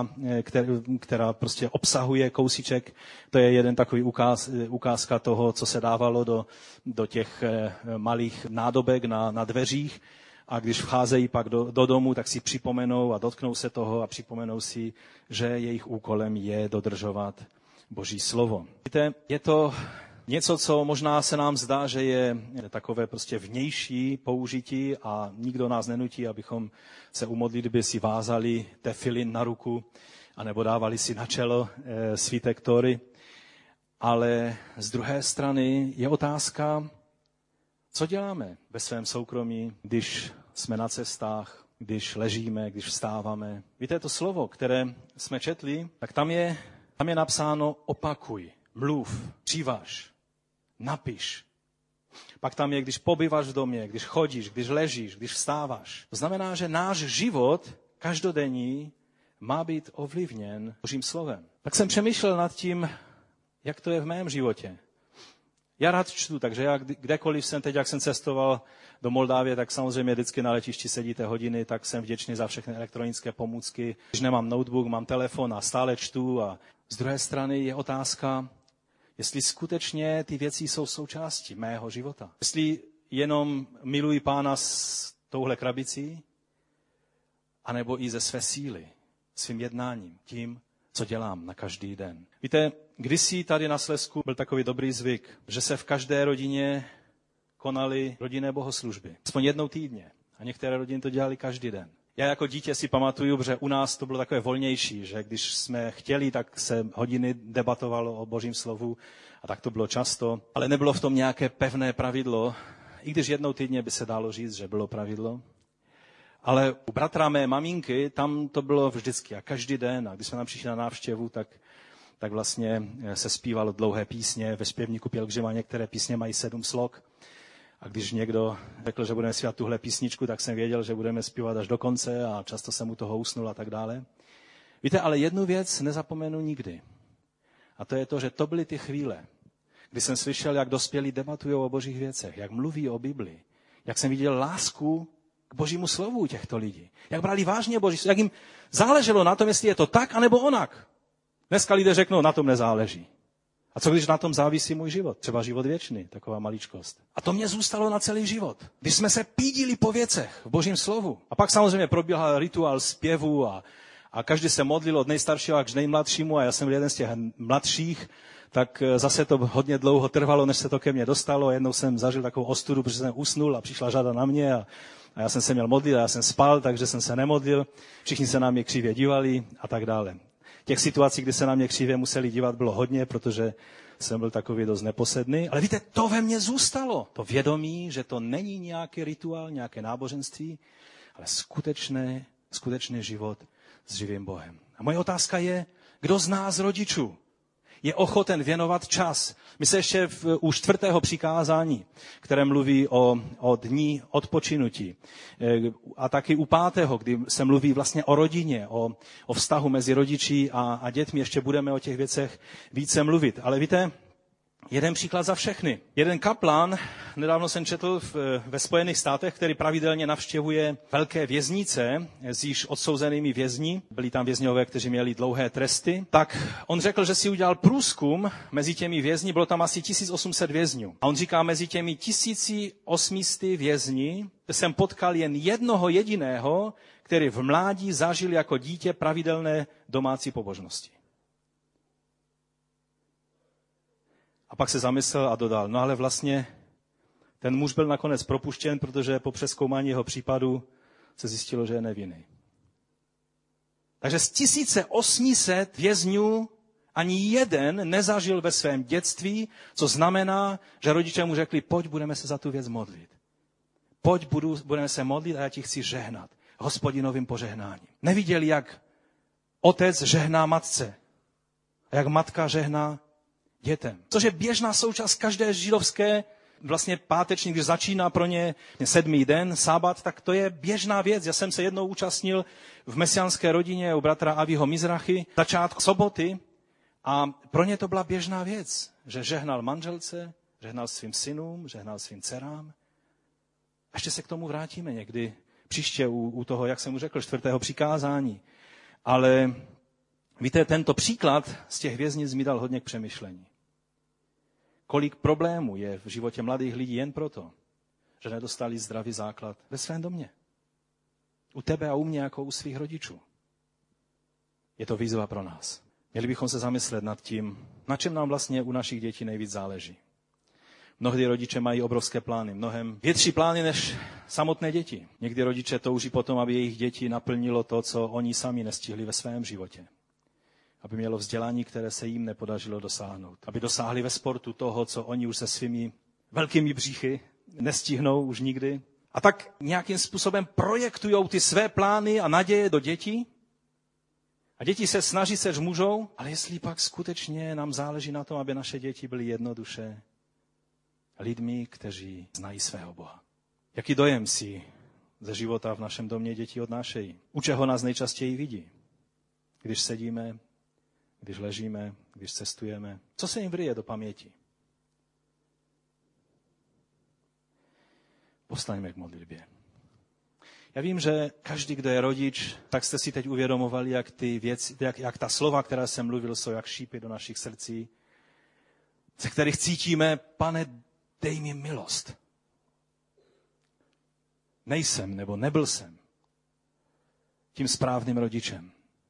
která prostě obsahuje kousíček. To je jeden takový ukázka toho, co se dávalo do těch malých nádobek na dveřích. A když vcházejí pak do domu, tak si připomenou a dotknou se toho a připomenou si, že jejich úkolem je dodržovat Boží slovo. Víte, je to něco, co možná se nám zdá, že je takové prostě vnější použití a nikdo nás nenutí, abychom se u modlitby si vázali tefilin na ruku anebo dávali si na čelo svítek Tóry. Ale z druhé strany je otázka, co děláme ve svém soukromí, když jsme na cestách, když ležíme, když vstáváme. Víte, to slovo, které jsme četli, tak tam je napsáno opakuj, mluv, přivaž, napiš. Pak tam je, když pobýváš v domě, když chodíš, když ležíš, když vstáváš. To znamená, že náš život každodenní má být ovlivněn Božím slovem. Tak jsem přemýšlel nad tím, jak to je v mém životě. Já rád čtu, takže já kdekoliv jsem teď, jak jsem cestoval do Moldávie, tak samozřejmě vždycky na letišti sedíte hodiny, tak jsem vděčný za všechny elektronické pomůcky. Když nemám notebook, mám telefon a stále čtu. A z druhé strany je otázka, jestli skutečně ty věci jsou součástí mého života. Jestli jenom miluji Pána s touhle krabicí, anebo i ze své síly, svým jednáním, tím, co dělám na každý den. Víte, kdysi tady na Slezsku byl takový dobrý zvyk, že se v každé rodině konaly rodinné bohoslužby. Aspoň jednou týdně. A některé rodiny to dělali každý den. Já jako dítě si pamatuju, že u nás to bylo takové volnější, že když jsme chtěli, tak se hodiny debatovalo o Božím slovu a tak to bylo často. Ale nebylo v tom nějaké pevné pravidlo, i když jednou týdně by se dalo říct, že bylo pravidlo. Ale u bratra mé maminky, tam to bylo vždycky a každý den. A když jsme tam přišli na návštěvu, tak vlastně se zpívalo dlouhé písně. Ve zpěvníku Pielgrzyma některé písně mají 7 slok. A když někdo řekl, že budeme zpívat tuhle písničku, tak jsem věděl, že budeme zpívat až do konce a často jsem u toho usnul a tak dále. Víte, ale jednu věc nezapomenu nikdy. A to je to, že to byly ty chvíle, kdy jsem slyšel, jak dospělí debatují o božích věcech, jak mluví o Bibli, jak jsem viděl lásku k Božímu slovu těchto lidí, jak brali vážně Boží slovo, jak jim záleželo na tom, jestli je to tak, anebo onak. Dneska lidé řeknou, na tom nezáleží. A co když na tom závisí můj život? Třeba život věčný, taková maličkost. A to mě zůstalo na celý život. Když jsme se pídili po věcech v Božím slovu. A pak samozřejmě probíhal rituál zpěvu a každý se modlil od nejstaršího až k nejmladšímu a já jsem byl jeden z těch mladších, tak zase to hodně dlouho trvalo, než se to ke mně dostalo. Jednou jsem zažil takovou ostudu, protože jsem usnul a přišla řada na mě a já jsem se měl modlit a já jsem spal, takže jsem se nemodlil. Všichni se na mě křivě dívali a tak dále. Těch situací, kdy se na mě křivě museli dívat, bylo hodně, protože jsem byl takový dost neposedný. Ale víte, to ve mně zůstalo. To vědomí, že to není nějaký rituál, nějaké náboženství, ale skutečný život s živým Bohem. A moje otázka je, kdo z nás rodičů je ochoten věnovat čas. My se ještě u 4. přikázání, které mluví o dní odpočinutí, a taky u 5., kdy se mluví vlastně o rodině, o vztahu mezi rodiči a dětmi, ještě budeme o těch věcech více mluvit. Ale víte, Jeden příklad za všechny. Jeden kaplan, nedávno jsem četl ve Spojených státech, který pravidelně navštěvuje velké věznice s již odsouzenými vězni, byli tam vězňové, kteří měli dlouhé tresty, tak on řekl, že si udělal průzkum mezi těmi vězni, bylo tam asi 1800 vězňů. A on říká, mezi těmi 1800 vězni jsem potkal jen jednoho jediného, který v mládí zažil jako dítě pravidelné domácí pobožnosti. A pak se zamyslel a dodal, no ale vlastně ten muž byl nakonec propuštěn, protože po přezkoumání jeho případu se zjistilo, že je nevinný. Takže z 1800 vězňů ani jeden nezažil ve svém dětství, co znamená, že rodiče mu řekli, pojď, budeme se za tu věc modlit. Pojď, budeme se modlit a já ti chci žehnat Hospodinovým požehnáním. Neviděli, jak otec žehná matce a jak matka žehná dětem. Což je běžná součást každé židovské vlastně páteční, když začíná pro ně 7. den, sábat, tak to je běžná věc. Já jsem se jednou účastnil v mesiánské rodině u bratra Aviho Mizrachy, začátku soboty, a pro ně to byla běžná věc, že žehnal manželce, žehnal svým synům, žehnal svým dcerám. A ještě se k tomu vrátíme někdy příště u toho, jak jsem mu řekl, 4. přikázání. Ale víte, tento příklad z těch věznic mi dal hodně k přemýšlení. Kolik problémů je v životě mladých lidí jen proto, že nedostali zdravý základ ve svém domě. U tebe a u mě jako u svých rodičů. Je to výzva pro nás. Měli bychom se zamyslet nad tím, na čem nám vlastně u našich dětí nejvíc záleží. Mnohdy rodiče mají obrovské plány, mnohem větší plány než samotné děti. Někdy rodiče touží potom, aby jejich děti naplnilo to, co oni sami nestihli ve svém životě. Aby mělo vzdělání, které se jim nepodařilo dosáhnout. Aby dosáhli ve sportu toho, co oni už se svými velkými břichy nestihnou už nikdy. A tak nějakým způsobem projektujou ty své plány a naděje do dětí. A děti se snaží, se žmužou, ale jestli pak skutečně nám záleží na tom, aby naše děti byly jednoduše lidmi, kteří znají svého Boha. Jaký dojem si ze života v našem domě děti odnášejí? U čeho nás nejčastěji vidí? Když sedíme, když ležíme, když cestujeme. Co se jim vryje do paměti? Povstaňme k modlitbě. Já vím, že každý, kdo je rodič, tak jste si teď uvědomovali, jak ty věci, jak ta slova, která jsem mluvil, jsou jak šípy do našich srdcí, ze kterých cítíme, Pane, dej mi milost. Nejsem nebo nebyl jsem tím správným rodičem.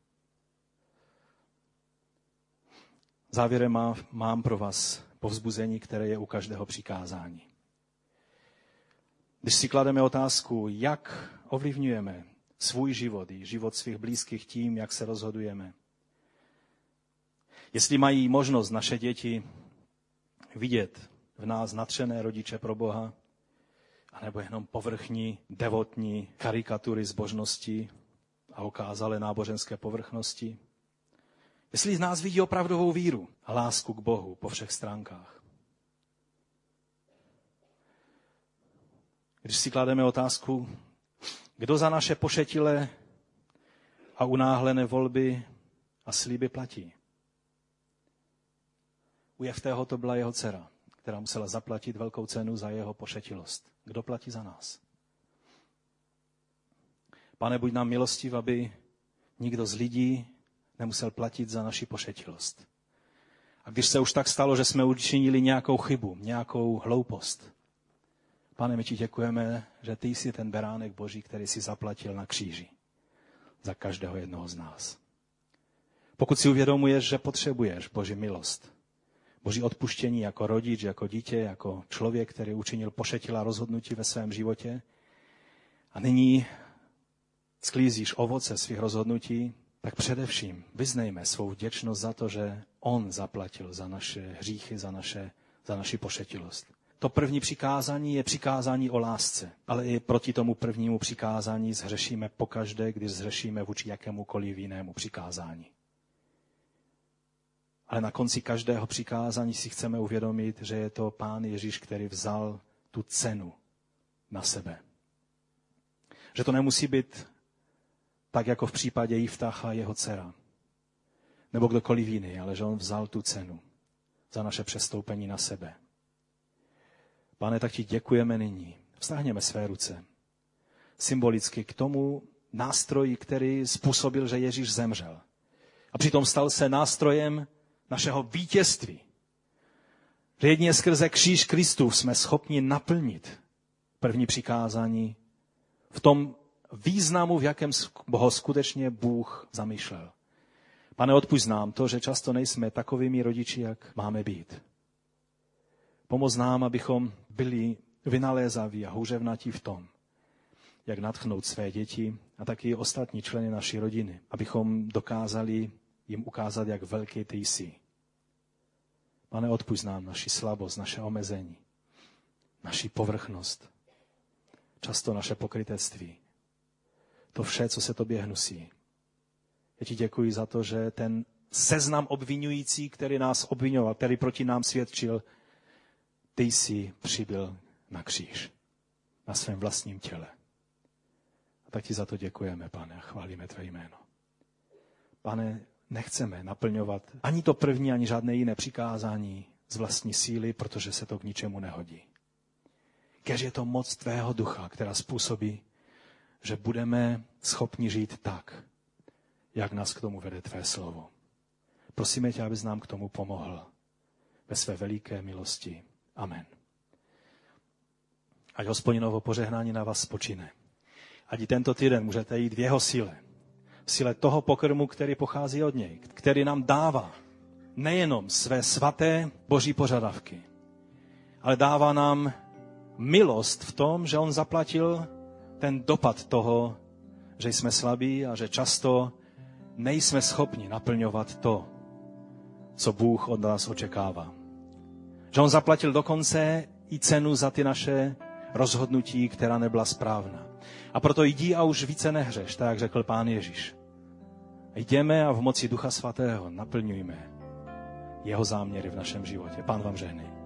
Závěrem mám pro vás povzbuzení, které je u každého přikázání. Když si klademe otázku, jak ovlivňujeme svůj život i život svých blízkých tím, jak se rozhodujeme. Jestli mají možnost naše děti vidět v nás natřené rodiče pro Boha, anebo jenom povrchní, devotní karikatury zbožnosti a okázalé náboženské povrchnosti. Jestli z nás vidí opravdovou víru a lásku k Bohu po všech stránkách. Když si klademe otázku, kdo za naše pošetilé a unáhlené volby a sliby platí. U Jeftého to byla jeho dcera, která musela zaplatit velkou cenu za jeho pošetilost. Kdo platí za nás? Pane, buď nám milostiv, aby nikdo z lidí nemusel platit za naši pošetilost. A když se už tak stalo, že jsme učinili nějakou chybu, nějakou hloupost, Pane, my ti děkujeme, že ty jsi ten beránek Boží, který si zaplatil na kříži za každého jednoho z nás. Pokud si uvědomuješ, že potřebuješ Boží milost, Boží odpuštění jako rodič, jako dítě, jako člověk, který učinil pošetilá rozhodnutí ve svém životě a nyní sklízíš ovoce svých rozhodnutí, tak především vyznejme svou vděčnost za to, že on zaplatil za naše hříchy, za naši pošetilost. To první přikázání je přikázání o lásce, ale i proti tomu prvnímu přikázání zhřešíme pokaždé, když zhřešíme vůči jakémukoliv jinému přikázání. Ale na konci každého přikázání si chceme uvědomit, že je to Pán Ježíš, který vzal tu cenu na sebe. Že to nemusí být tak, jako v případě Jiftacha a jeho dcera, nebo kdokoliv jiný, ale že on vzal tu cenu za naše přestoupení na sebe. Pane, tak ti děkujeme nyní. Vztáhněme své ruce symbolicky k tomu nástroji, který způsobil, že Ježíš zemřel. A přitom stal se nástrojem našeho vítězství. Že jedině skrze kříž Kristův jsme schopni naplnit první přikázání v tom významu, v jakém ho skutečně Bůh zamýšlel. Pane, odpusť nám to, že často nejsme takovými rodiči, jak máme být. Pomoz nám, abychom byli vynalézaví a houževnatí v tom, jak nadchnout své děti a taky ostatní členy naší rodiny, abychom dokázali jim ukázat, jak velký ty jsi. Pane, odpusť nám naši slabost, naše omezení, naši povrchnost, často naše pokrytectví. To vše, co se tobě hnusí. Já ti děkuji za to, že ten seznam obvinující, který nás obvinoval, který proti nám svědčil, ty jsi přibyl na kříž, na svém vlastním těle. A tak ti za to děkujeme, Pane, a chválíme tvé jméno. Pane, nechceme naplňovat ani to první, ani žádné jiné přikázání z vlastní síly, protože se to k ničemu nehodí. Kéž je to moc tvého ducha, která způsobí, že budeme schopni žít tak, jak nás k tomu vede tvé slovo. Prosíme tě, abys nám k tomu pomohl ve své veliké milosti. Amen. Ať Hospodinovo požehnání na vás spočine. Ať i tento týden můžete jít v jeho síle. V síle toho pokrmu, který pochází od něj, který nám dává nejenom své svaté boží požadavky, ale dává nám milost v tom, že on zaplatil ten dopad toho, že jsme slabí a že často nejsme schopni naplňovat to, co Bůh od nás očekává. Že on zaplatil dokonce i cenu za ty naše rozhodnutí, která nebyla správná. A proto jdi a už více nehřeš, tak jak řekl Pán Ježíš. Jdeme a v moci Ducha Svatého naplňujme jeho záměry v našem životě. Pán vám žehnej.